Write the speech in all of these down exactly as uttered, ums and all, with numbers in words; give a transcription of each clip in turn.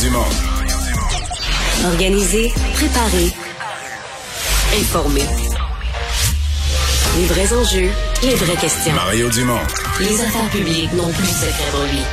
Dumont. Organisé, préparé, informé. Les vrais enjeux, les vraies questions. Mario Dumont. Les affaires publiques n'ont plus de secret pour lui.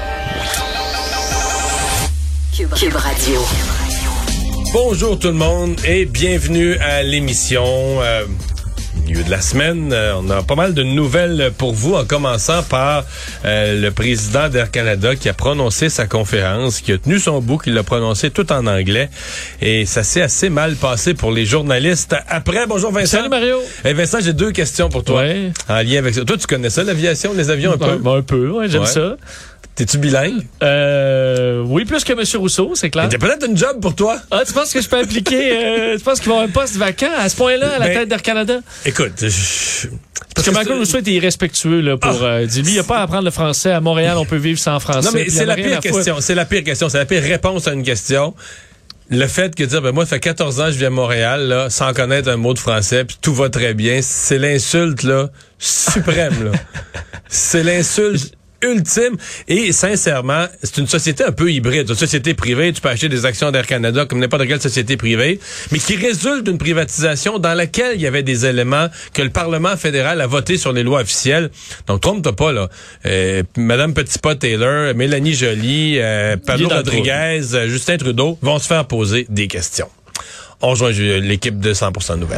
Cube, Cube Radio. Bonjour tout le monde et bienvenue à l'émission. Euh, milieu de la semaine, euh, on a pas mal de nouvelles pour vous, en commençant par euh, le président d'Air Canada qui a prononcé sa conférence, qui a tenu son bout, qui l'a prononcé tout en anglais. Et ça s'est assez mal passé pour les journalistes. Après, bonjour Vincent. Salut Mario. Eh Vincent, j'ai deux questions pour toi. Ouais. En lien avec ça. Toi, tu connais ça, l'aviation, les avions un peu? Ben, un peu, ouais, j'aime Ouais. ça. T'es-tu bilingue? Euh, oui, plus que M. Rousseau, c'est clair. Il y a peut-être une job pour toi. Ah, tu penses que je peux appliquer, euh, tu penses qu'il va y avoir un poste vacant à ce point-là, à la Ben, tête d'Air Canada? Écoute, je... Parce que Michael Rousseau était irrespectueux, là, pour, Ah. euh, dire, lui, il a pas à apprendre le français. À Montréal, on peut vivre sans français. Non, mais Puis il c'est en a la rien pire à foutre. question. C'est la pire question. C'est la pire réponse à une question. Le fait que dire, ben moi, ça fait quatorze ans que je viens à Montréal, là, sans connaître un mot de français, puis tout va très bien, c'est l'insulte, là, suprême, là. C'est l'insulte ultime. Et sincèrement, c'est une société un peu hybride. Une société privée, tu peux acheter des actions d'Air Canada comme n'importe quelle société privée, mais qui résulte d'une privatisation dans laquelle il y avait des éléments que le Parlement fédéral a voté sur les lois officielles. Donc, trompe-toi pas, là. Euh, Madame Petitpas-Taylor, Mélanie Joly, euh, Pablo Guy Rodriguez, euh, Justin Trudeau vont se faire poser des questions. On rejoint l'équipe de cent pour cent Nouvelles.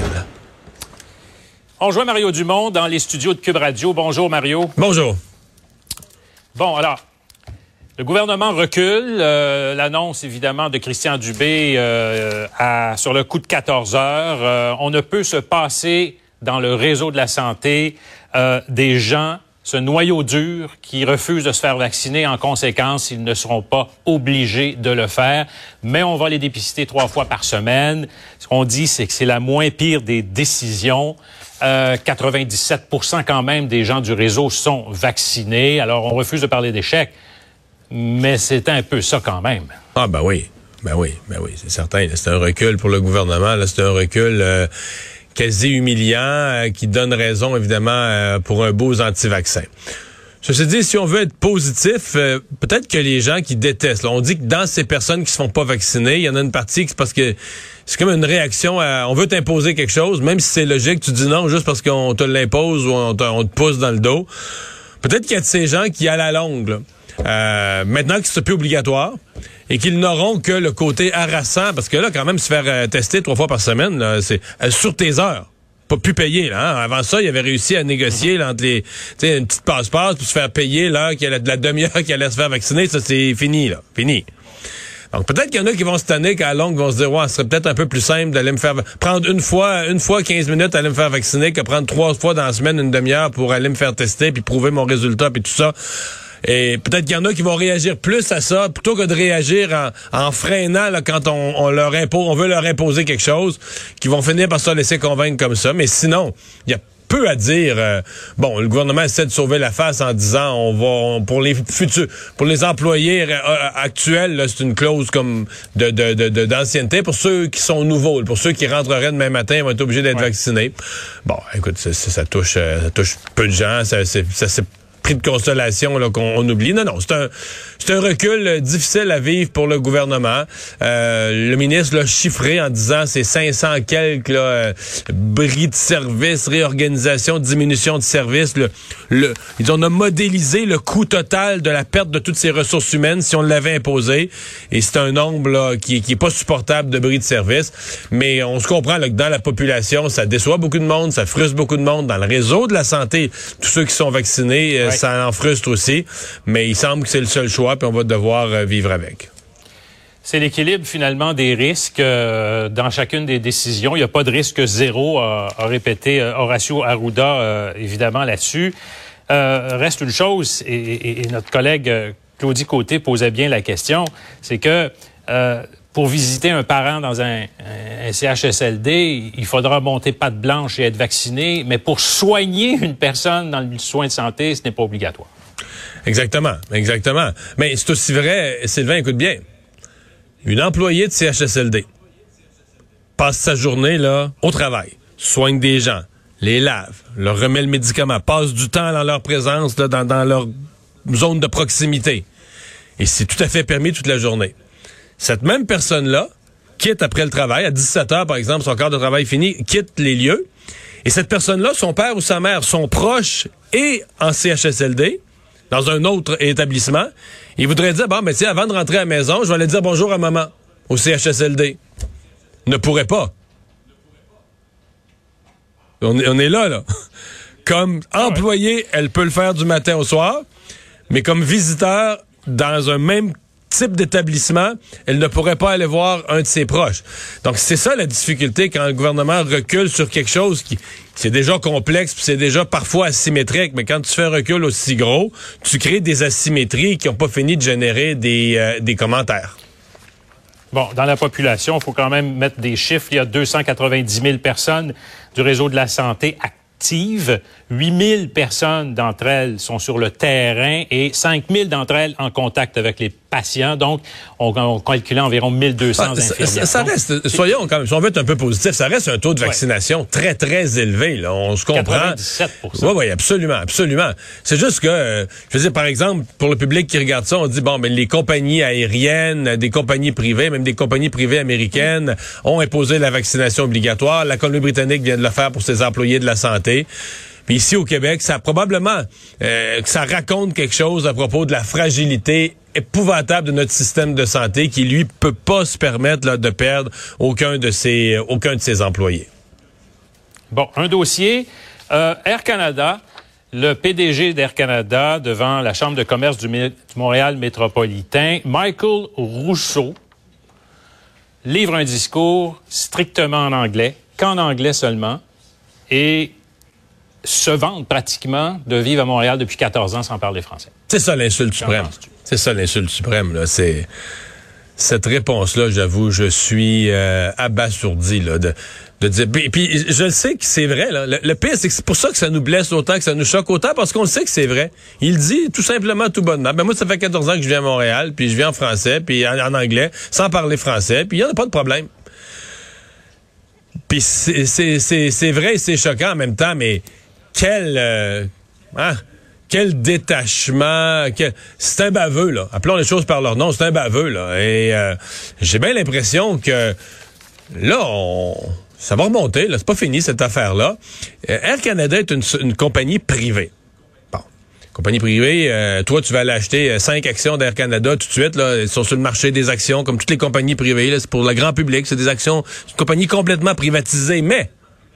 On rejoint Mario Dumont dans les studios de Cube Radio. Bonjour, Mario. Bonjour. Bon, alors, le gouvernement recule. Euh, l'annonce, évidemment, de Christian Dubé euh, à, sur le coup de quatorze heures. Euh, on ne peut se passer dans le réseau de la santé euh, des gens, ce noyau dur, qui refusent de se faire vacciner. En conséquence, ils ne seront pas obligés de le faire. Mais on va les dépister trois fois par semaine. Ce qu'on dit, c'est que c'est la moins pire des décisions. Euh, quatre-vingt-dix-sept pour cent quand même des gens du réseau sont vaccinés. Alors, on refuse de parler d'échec, mais c'est un peu ça quand même. Ah ben oui, ben oui, ben oui, c'est certain. C'est un recul pour le gouvernement. Là, c'est un recul euh, quasi humiliant euh, qui donne raison, évidemment, euh, pour un beau aux anti-vaccins. Ceci dit, si on veut être positif, euh, peut-être que les gens qui détestent, là, on dit que dans ces personnes qui se font pas vacciner, il y en a une partie qui c'est parce que c'est comme une réaction à, on veut t'imposer quelque chose, même si c'est logique, tu dis non juste parce qu'on te l'impose ou on te, on te pousse dans le dos. Peut-être qu'il y a de ces gens qui, à la longue, là, euh, maintenant que c'est plus obligatoire, et qu'ils n'auront que le côté harassant, parce que là, quand même, se faire euh, tester trois fois par semaine, là, c'est euh, sur tes heures. Pas plus payé, là. Hein? Avant ça, il avait réussi à négocier là, entre les, tu sais, une petite passe-passe pour se faire payer l'heure qu'il allait de la demi-heure qu'il allait se faire vacciner. Ça, c'est fini, là. Fini. Donc, peut-être qu'il y en a qui vont se tanner qu'à la longue vont se dire, ouais, ce serait peut-être un peu plus simple d'aller me faire, prendre une fois, une fois quinze minutes aller me faire vacciner que prendre trois fois dans la semaine une demi-heure pour aller me faire tester puis prouver mon résultat puis tout ça. Et peut-être qu'il y en a qui vont réagir plus à ça plutôt que de réagir en, en freinant là, quand on, on leur impose, on veut leur imposer quelque chose, qui vont finir par se laisser convaincre comme ça. Mais sinon, il y a peu à dire. Euh, bon, le gouvernement essaie de sauver la face en disant on va on, pour les futurs, pour les employés euh, actuels, là, c'est une clause comme de, de, de, de d'ancienneté. Pour ceux qui sont nouveaux, pour ceux qui rentreraient demain matin, ils vont être obligés d'être ouais. vaccinés. Bon, écoute, ça, ça, ça touche, euh, ça touche peu de gens. Ça, c'est, ça c'est prix de consolation là, qu'on on oublie. Non, non, c'est un c'est un recul euh, difficile à vivre pour le gouvernement. Euh, le ministre l'a chiffré en disant c'est cinq cents quelques là, euh, bris de service, réorganisation, diminution de service. Le, le, ils ont modélisé le coût total de la perte de toutes ces ressources humaines si on l'avait imposé. Et c'est un nombre là, qui, qui est pas supportable de bris de service. Mais on se comprend là, que dans la population, ça déçoit beaucoup de monde, ça frustre beaucoup de monde. Dans le réseau de la santé, tous ceux qui sont vaccinés, euh, ouais. ça en frustre aussi. Mais il semble que c'est le seul choix, puis on va devoir euh, vivre avec. C'est l'équilibre, finalement, des risques euh, dans chacune des décisions. Il n'y a pas de risque zéro, a, a répété euh, Horacio Arruda, euh, évidemment, là-dessus. Euh, reste une chose, et, et, et notre collègue euh, Claudie Côté posait bien la question, c'est que euh, pour visiter un parent dans un, un C H S L D, il faudra monter patte blanche et être vacciné, mais pour soigner une personne dans le soin de santé, ce n'est pas obligatoire. Exactement, exactement. Mais c'est aussi vrai, Sylvain, écoute bien, une employée de C H S L D passe sa journée là au travail, soigne des gens, les lave, leur remet le médicament, passe du temps dans leur présence, là, dans, dans leur zone de proximité. Et c'est tout à fait permis toute la journée. cette même personne-là quitte après le travail, à dix-sept heures par exemple, son quart de travail fini, quitte les lieux, et cette personne-là, son père ou sa mère, sont proches et en C H S L D, dans un autre établissement, il voudrait dire, bon, mais tiens, avant de rentrer à la maison, je vais aller dire bonjour à maman au C H S L D. Ne pourrait pas. On est, on est là, là. Comme employé, elle peut le faire du matin au soir, mais comme visiteur, dans un même type d'établissement, elle ne pourrait pas aller voir un de ses proches. Donc, c'est ça la difficulté quand le gouvernement recule sur quelque chose qui c'est déjà complexe, puis c'est déjà parfois asymétrique, mais quand tu fais un recul aussi gros, tu crées des asymétries qui n'ont pas fini de générer des, euh, des commentaires. Bon, dans la population, il faut quand même mettre des chiffres. Il y a deux cent quatre-vingt-dix mille personnes du réseau de la santé actives. huit mille personnes d'entre elles sont sur le terrain et cinq mille d'entre elles en contact avec les patients. Donc, on, on calculait environ mille deux cents ah, infirmières. Ça, ça reste, Donc, soyons quand même, si on veut être un peu positif, ça reste un taux de vaccination ouais. très, très élevé. Là. On se comprend. quatre-vingt-dix-sept pour cent. Oui, oui, absolument, absolument. C'est juste que, euh, je veux dire, par exemple, pour le public qui regarde ça, on dit, bon, ben les compagnies aériennes, des compagnies privées, même des compagnies privées américaines mmh. ont imposé la vaccination obligatoire. La Colombie-Britannique vient de le faire pour ses employés de la santé. Puis ici, au Québec, ça a probablement euh, que ça raconte quelque chose à propos de la fragilité épouvantable de notre système de santé qui, lui, peut pas se permettre là, de perdre aucun de ses, euh, aucun de ses employés. Bon, un dossier. Euh, Air Canada, le P D G d'Air Canada devant la Chambre de commerce du, du Montréal métropolitain, Michael Rousseau, livre un discours strictement en anglais, qu'en anglais seulement, et se vantent pratiquement de vivre à Montréal depuis quatorze ans sans parler français. C'est ça l'insulte suprême. C'est ça l'insulte suprême, là. C'est cette réponse-là, j'avoue, je suis euh, abasourdi là, de, de dire. Puis, puis je le sais que c'est vrai. Là. Le, le pire, c'est que c'est pour ça que ça nous blesse autant, que ça nous choque autant, parce qu'on le sait que c'est vrai. Il dit tout simplement, tout bonnement. Ben moi, ça fait quatorze ans que je viens à Montréal, puis je viens en français, puis en, en anglais, sans parler français, puis il n'y en a pas de problème. Puis c'est, c'est, c'est, c'est vrai et c'est choquant en même temps, mais quel... Euh, hein? Quel détachement, quel... c'est un baveux, là. Appelons les choses par leur nom, c'est un baveux, là. Et euh, j'ai bien l'impression que là, on... ça va remonter, là. C'est pas fini, cette affaire-là. Euh, Air Canada est une, une compagnie privée. Bon. Compagnie privée, euh, toi, tu vas aller acheter cinq actions d'Air Canada tout de suite, là. Ils sont sur le marché des actions, comme toutes les compagnies privées, là. C'est pour le grand public, c'est des actions, c'est une compagnie complètement privatisée, mais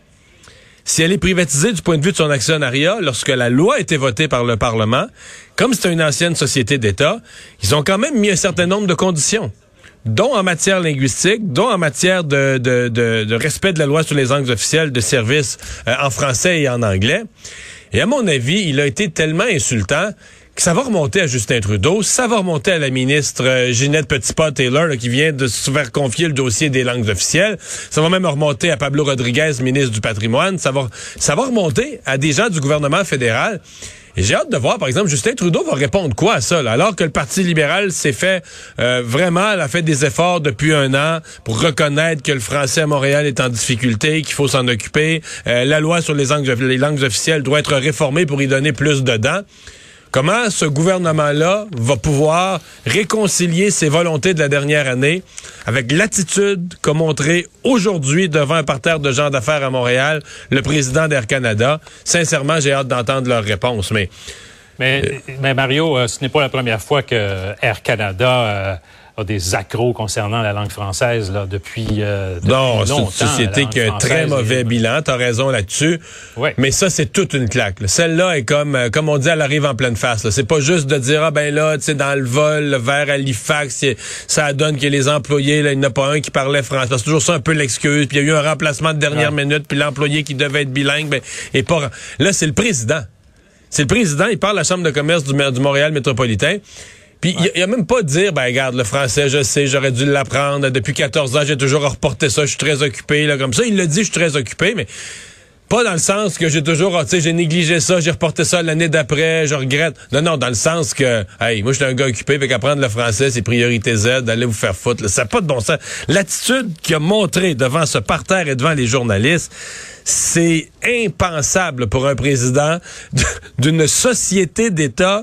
si elle est privatisée du point de vue de son actionnariat, lorsque la loi a été votée par le Parlement, comme c'est une ancienne société d'État, ils ont quand même mis un certain nombre de conditions, dont en matière linguistique, dont en matière de, de, de, de respect de la loi sur les langues officielles de service euh, en français et en anglais. Et à mon avis, il a été tellement insultant que ça va remonter à Justin Trudeau, ça va remonter à la ministre euh, Ginette Petitpas-Taylor là, qui vient de se faire confier le dossier des langues officielles. Ça va même remonter à Pablo Rodriguez, ministre du Patrimoine. Ça va, ça va remonter à des gens du gouvernement fédéral. Et j'ai hâte de voir, par exemple, Justin Trudeau va répondre quoi à ça, là, alors que le Parti libéral s'est fait euh, vraiment, elle a fait des efforts depuis un an pour reconnaître que le français à Montréal est en difficulté, qu'il faut s'en occuper. Euh, la loi sur les langues, les langues officielles doit être réformée pour y donner plus de dents. Comment ce gouvernement-là va pouvoir réconcilier ses volontés de la dernière année avec l'attitude qu'a montré aujourd'hui devant un parterre de gens d'affaires à Montréal le président d'Air Canada? Sincèrement, j'ai hâte d'entendre leur réponse. Mais, mais, euh, mais Mario, euh, ce n'est pas la première fois que Air Canada euh, a des accros concernant la langue française là, depuis, euh, depuis non, longtemps. C'est une société qui a un très mauvais bilan. T'as raison là-dessus. Ouais. Mais ça, c'est toute une claque. Là. Celle-là est comme, euh, comme on dit, elle arrive en pleine face. Là. C'est pas juste de dire, ah ben là, tu sais, dans le vol, le vers Halifax, ça donne que les employés, là, il n'y en a pas un qui parlait français. C'est toujours ça un peu l'excuse. Puis il y a eu un remplacement de dernière ouais. minute, puis l'employé qui devait être bilingue, ben, est pas... Là, c'est le président. C'est le président, il parle à la Chambre de commerce du, du Montréal métropolitain. Puis il ouais. n'y a, a même pas de dire, ben regarde, le français, je sais, j'aurais dû l'apprendre. Depuis quatorze ans, j'ai toujours reporté ça, je suis très occupé, là, comme ça. Il le dit, je suis très occupé, mais pas dans le sens que j'ai toujours, tu sais, j'ai négligé ça, j'ai reporté ça l'année d'après, je regrette. Non, non, dans le sens que, hey, moi, je suis un gars occupé, fait qu'apprendre le français, c'est priorité Z, d'aller vous faire foutre. Là. Ça n'a pas de bon sens. L'attitude qu'il a montrée devant ce parterre et devant les journalistes, c'est impensable pour un président d'une société d'État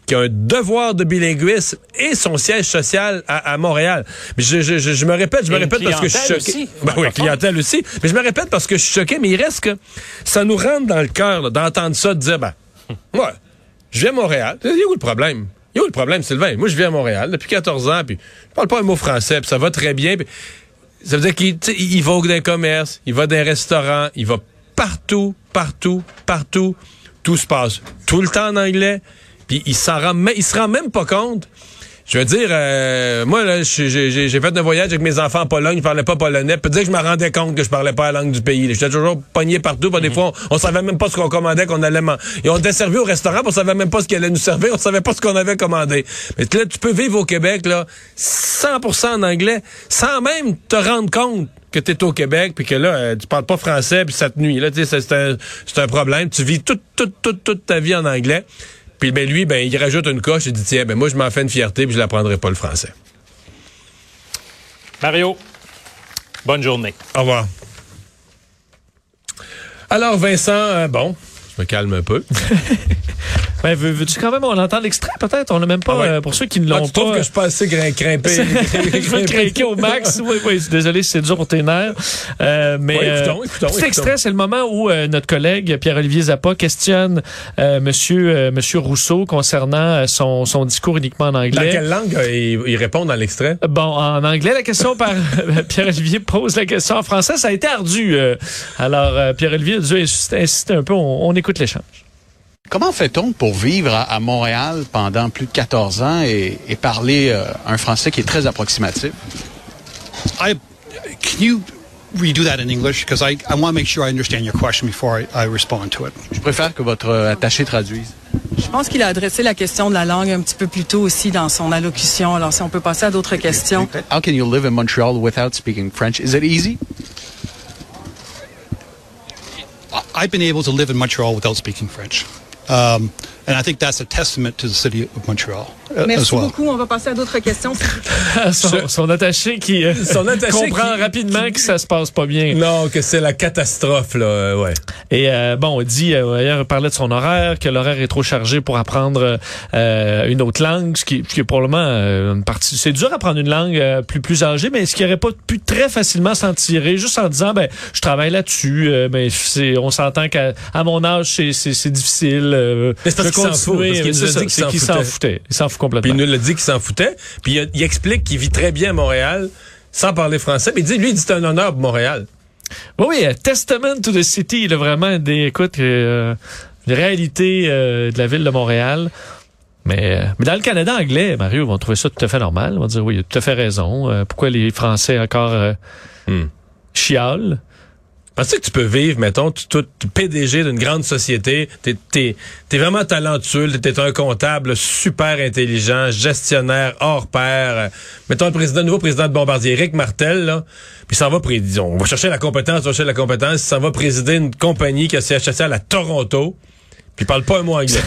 qui a un devoir de bilinguisme et son siège social à, à Montréal. Mais je, je, je, je me répète, je me répète parce que je suis choqué. Aussi, ben oui, clientèle aussi. Mais je me répète parce que je suis choqué, mais il reste que ça nous rentre dans le cœur là, d'entendre ça, de dire, ben, ouais, je viens à Montréal. Il y a où le problème? Il y a où le problème, Sylvain? Moi, je viens à Montréal depuis quatorze ans, puis je parle pas un mot français, puis ça va très bien. Puis ça veut dire qu'il il va dans un commerce, il va dans un restaurant, il va partout, partout, partout. Tout se passe tout le temps en anglais, puis il s'en rend, il se rend même pas compte. Je veux dire, euh, moi, là, j'ai, j'ai, j'ai fait un voyage avec mes enfants en Pologne, je parlais pas polonais. Peut dire que je me rendais compte que je parlais pas la langue du pays. J'étais toujours pogné partout. Des mm-hmm. fois, on, on savait même pas ce qu'on commandait, qu'on allait manger. Et on était servi au restaurant, on savait même pas ce qu'ils allaient nous servir, on savait pas ce qu'on avait commandé. Mais là, tu peux vivre au Québec, là, cent pour cent en anglais, sans même te rendre compte que tu es au Québec, puis que là, euh, tu parles pas français, puis ça te nuit. Là, tu sais, c'est, c'est, un, c'est un problème. Tu vis toute, toute, toute, toute ta vie en anglais. Puis ben lui, ben il rajoute une coche et dit tiens, ben moi je m'en fais une fierté puis je l'apprendrai pas le français. Mario, bonne journée. Au revoir. Alors Vincent, euh, bon, je me calme un peu. Ben, veux, veux-tu quand même, on entend l'extrait peut-être? On n'a même pas, ah ouais. euh, pour ceux qui ne l'ont ah, tu pas... Tu trouves que je suis pas assez grin- grimpé? Je veux craquer au max. Oui, oui, désolé si c'est dur pour tes nerfs. Euh, mais, oui, écoutons, euh, écoutons, cet écoutons. extrait, c'est le moment où euh, notre collègue Pierre-Olivier Zappa questionne euh, monsieur, euh, monsieur Rousseau concernant euh, son, son discours uniquement en anglais. Dans quelle langue euh, il, il répond dans l'extrait? Bon, en anglais, la question par Pierre-Olivier pose la question en français. Ça a été ardu. Euh, alors, euh, Pierre-Olivier a dû insister, insister un peu. On, on écoute l'échange. Comment fait-on pour vivre à, à Montréal pendant plus de quatorze ans et, et parler euh, un français qui est très approximatif? I, can you redo that in English? Because I, I want to make sure I understand your question before I, I respond to it. Je préfère que votre euh, attaché traduise. Je pense qu'il a adressé la question de la langue un petit peu plus tôt aussi dans son allocution. Alors, si on peut passer à d'autres questions. How can you live in Montreal without speaking French? Is it easy? I've been able to live in Montreal without speaking French. Um, and I think that's a testament to the city of Montreal uh, Merci as well. beaucoup. On va passer à d'autres questions. son, son attaché qui euh, son attaché comprend qui, rapidement qui, que ça se passe pas bien. Non, que c'est la catastrophe, là, euh, ouais. Et euh, bon, on dit, euh, d'ailleurs, il parlait de son horaire, que l'horaire est trop chargé pour apprendre euh, une autre langue, ce qui, ce qui est probablement euh, une partie... C'est dur apprendre une langue euh, plus plus âgée, mais ce qui aurait pas pu très facilement s'en tirer, juste en disant, ben, je travaille là-dessus, euh, ben, c'est, on s'entend qu'à à mon âge, c'est, c'est, c'est difficile. Euh, mais c'est parce qu'il s'en fout, parce qu'il nous a dit qu'il s'en, qu'il s'en foutait. Il s'en fout complètement. Puis il nous l'a dit qu'il s'en foutait, puis il, il explique qu'il vit très bien à Montréal, sans parler français, mais il dit, lui, il dit c'est un honneur pour Montréal. Oui, oui, Testament to the City, il a vraiment des, écoute, euh, les réalités euh, de la ville de Montréal. Mais, euh, mais dans le Canada anglais, Mario, vont trouver ça tout à fait normal. Ils vont dire, oui, il a tout à fait raison. Euh, pourquoi les Français encore euh, hmm. chialent? Penses-tu que tu peux vivre, mettons, tu, tu, tu P D G d'une grande société, t'es, t'es, t'es vraiment talentueux, t'es un comptable super intelligent, gestionnaire hors pair, euh, mettons le président, le nouveau président de Bombardier, Éric Martel, là, puis ça va présider, on va chercher la compétence, on va chercher la compétence, ça va présider une compagnie qui a siège social à Toronto, puis il parle pas un mot anglais.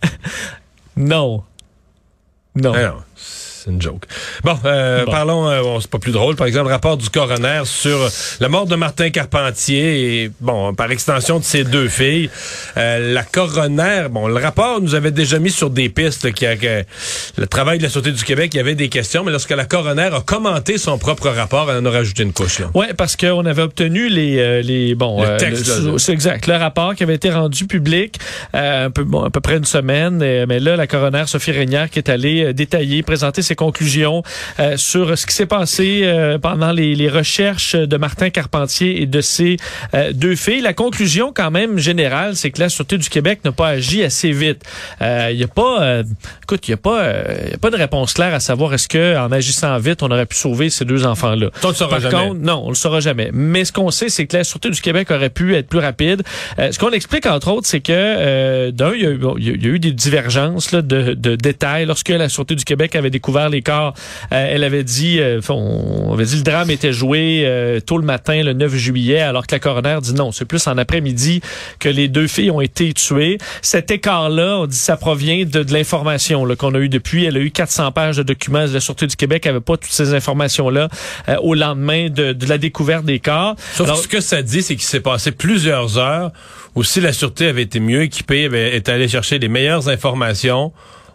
Non. Non. Ah non. C'est une joke. Bon, euh, bon. parlons, euh, bon, c'est pas plus drôle, par exemple, le rapport du coroner sur la mort de Martin Carpentier et, bon, par extension de ses deux filles. Euh, la coroner, bon, le rapport nous avait déjà mis sur des pistes, là, qui a, que, le travail de la Sûreté du Québec, il y avait des questions, mais lorsque la coroner a commenté son propre rapport, elle en a rajouté une couche, là. Oui, parce qu'on avait obtenu les, euh, les bon, le texte, euh, le, là, c'est exact, le rapport qui avait été rendu public, euh, un peu, bon, à peu près une semaine, et, mais là, la coroner Sophie Régnière qui est allée euh, détailler, présenter ses conclusions euh, sur ce qui s'est passé euh, pendant les, les recherches de Martin Carpentier et de ses euh, deux filles. La conclusion, quand même, générale, c'est que la Sûreté du Québec n'a pas agi assez vite. Il euh, n'y a pas, euh, écoute, il n'y a pas, euh, y a pas de réponse claire à savoir est-ce que en agissant vite, on aurait pu sauver ces deux enfants-là. On le saura Par jamais. contre, non, on le saura jamais. Mais ce qu'on sait, c'est que la Sûreté du Québec aurait pu être plus rapide. Euh, ce qu'on explique, entre autres, c'est que euh, d'un, il y, bon, y, y a eu des divergences là, de, de détails. Lorsque la Sûreté du Québec avait découvert les corps, euh, elle avait dit, euh, on avait dit le drame était joué euh, tôt le matin, le neuf juillet, alors que la coroner dit non, c'est plus en après-midi que les deux filles ont été tuées. Cet écart-là, on dit, ça provient de, de l'information là, qu'on a eu depuis. Elle a eu quatre cents pages de documents. La Sûreté du Québec n'avait pas toutes ces informations-là euh, au lendemain de, de la découverte des corps. Sauf alors, ce que ça dit, c'est qu'il s'est passé plusieurs heures où si la Sûreté avait été mieux équipée, avait été allée chercher les meilleures informations,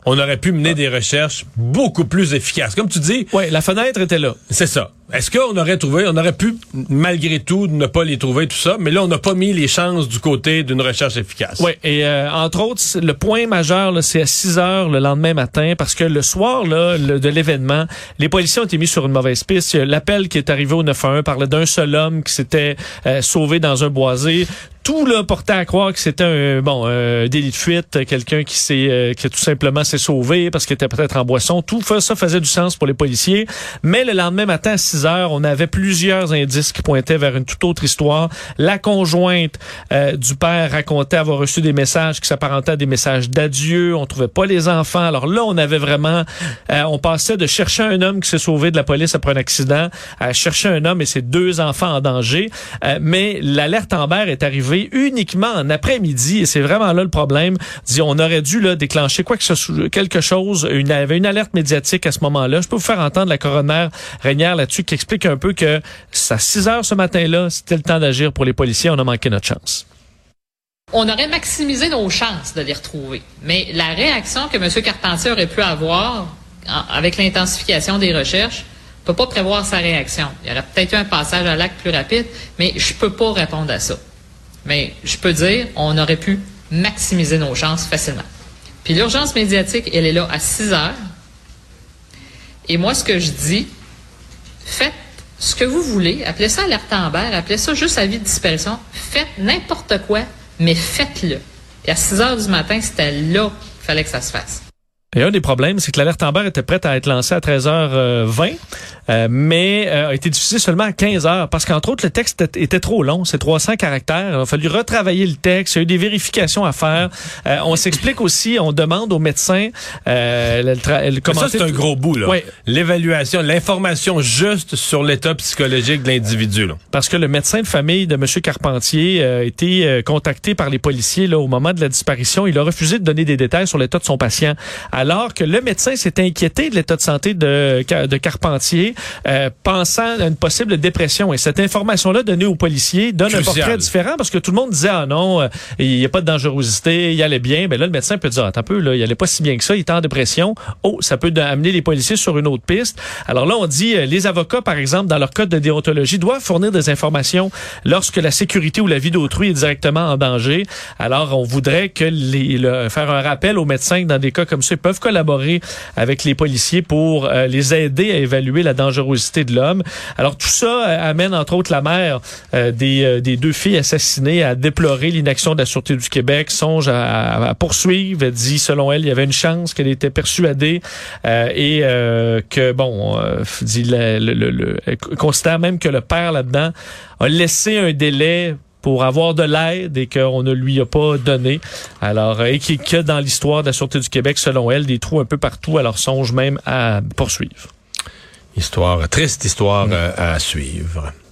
on aurait pu mener des recherches beaucoup plus efficaces. Comme tu dis... Oui, la fenêtre était là. C'est ça. Est-ce qu'on aurait trouvé, on aurait pu, malgré tout, ne pas les trouver, tout ça, mais là, on n'a pas mis les chances du côté d'une recherche efficace. Oui, et euh, entre autres, le point majeur, là, c'est à six heures le lendemain matin, parce que le soir là, le, de l'événement, les policiers ont été mis sur une mauvaise piste. L'appel qui est arrivé au neuf un un parlait d'un seul homme qui s'était euh, sauvé dans un boisé. Tout là portait à croire que c'était un bon un délit de fuite, quelqu'un qui s'est euh, qui tout simplement s'est sauvé parce qu'il était peut-être en boisson. Tout ça faisait du sens pour les policiers. Mais le lendemain matin à six heures, on avait plusieurs indices qui pointaient vers une toute autre histoire. La conjointe euh, du père racontait avoir reçu des messages qui s'apparentaient à des messages d'adieu. On trouvait pas les enfants. Alors là, on avait vraiment, euh, on passait de chercher un homme qui s'est sauvé de la police après un accident à chercher un homme et ses deux enfants en danger. Euh, mais l'alerte Amber est arrivée uniquement en après-midi et c'est vraiment là le problème. Dis, on aurait dû là déclencher quoi que ce soit, quelque chose. Une, il y avait une alerte médiatique à ce moment-là. Je peux vous faire entendre la coroner Reynière là-dessus qui explique un peu que à six heures ce matin-là, c'était le temps d'agir pour les policiers. On a manqué notre chance. On aurait maximisé nos chances de les retrouver. Mais la réaction que M. Carpentier aurait pu avoir en, avec l'intensification des recherches, on peut pas prévoir sa réaction. Il y aurait peut-être eu un passage à l'acte plus rapide, mais je peux pas répondre à ça. Mais je peux dire, on aurait pu maximiser nos chances facilement. Puis l'urgence médiatique, elle est là à six heures. Et moi, ce que je dis, faites ce que vous voulez. Appelez ça alerte Amber, appelez ça juste avis de disparition. Faites n'importe quoi, mais faites-le. Et à six heures du matin, c'était là qu'il fallait que ça se fasse. Et un des problèmes, c'est que l'alerte Amber était prête à être lancée à treize heures vingt, euh, mais euh, a été diffusée seulement à quinze heures, parce qu'entre autres, le texte était, était trop long, c'est trois cents caractères. Il a fallu retravailler le texte, il y a eu des vérifications à faire. Euh, on s'explique aussi, on demande aux médecins... Euh, le tra- le ça, c'est un gros bout, là. Oui. L'évaluation, l'information juste sur l'état psychologique de l'individu, là. Parce que le médecin de famille de M. Carpentier euh, a été euh, contacté par les policiers là, au moment de la disparition. Il a refusé de donner des détails sur l'état de son patient. Alors que le médecin s'est inquiété de l'état de santé de, de Carpentier, euh, pensant à une possible dépression. Et cette information-là donnée aux policiers donne Crucial. un portrait différent parce que tout le monde disait « Ah non, euh, il n'y a pas de dangerosité, il allait bien. » Ben là, le médecin peut dire « Attends un peu, là, il allait pas si bien que ça, il était en dépression. » Oh, ça peut amener les policiers sur une autre piste. Alors là, on dit euh, les avocats, par exemple, dans leur code de déontologie, doivent fournir des informations lorsque la sécurité ou la vie d'autrui est directement en danger. Alors, on voudrait que les, le, faire un rappel aux médecins que dans des cas comme ça, ils peuvent collaborer avec les policiers pour euh, les aider à évaluer la dangerosité de l'homme. Alors tout ça euh, amène entre autres la mère euh, des, euh, des deux filles assassinées à déplorer l'inaction de la Sûreté du Québec, songe à, à, à poursuivre. Elle dit selon elle, il y avait une chance qu'elle était persuadée euh, et euh, que bon, euh, dit le, le, le, le, elle considère même que le père là-dedans a laissé un délai pour avoir de l'aide et qu'on ne lui a pas donné. Alors, et qu'il y a dans l'histoire de la Sûreté du Québec, selon elle, des trous un peu partout, alors songe même à poursuivre. Histoire, triste histoire mmh. à, à suivre.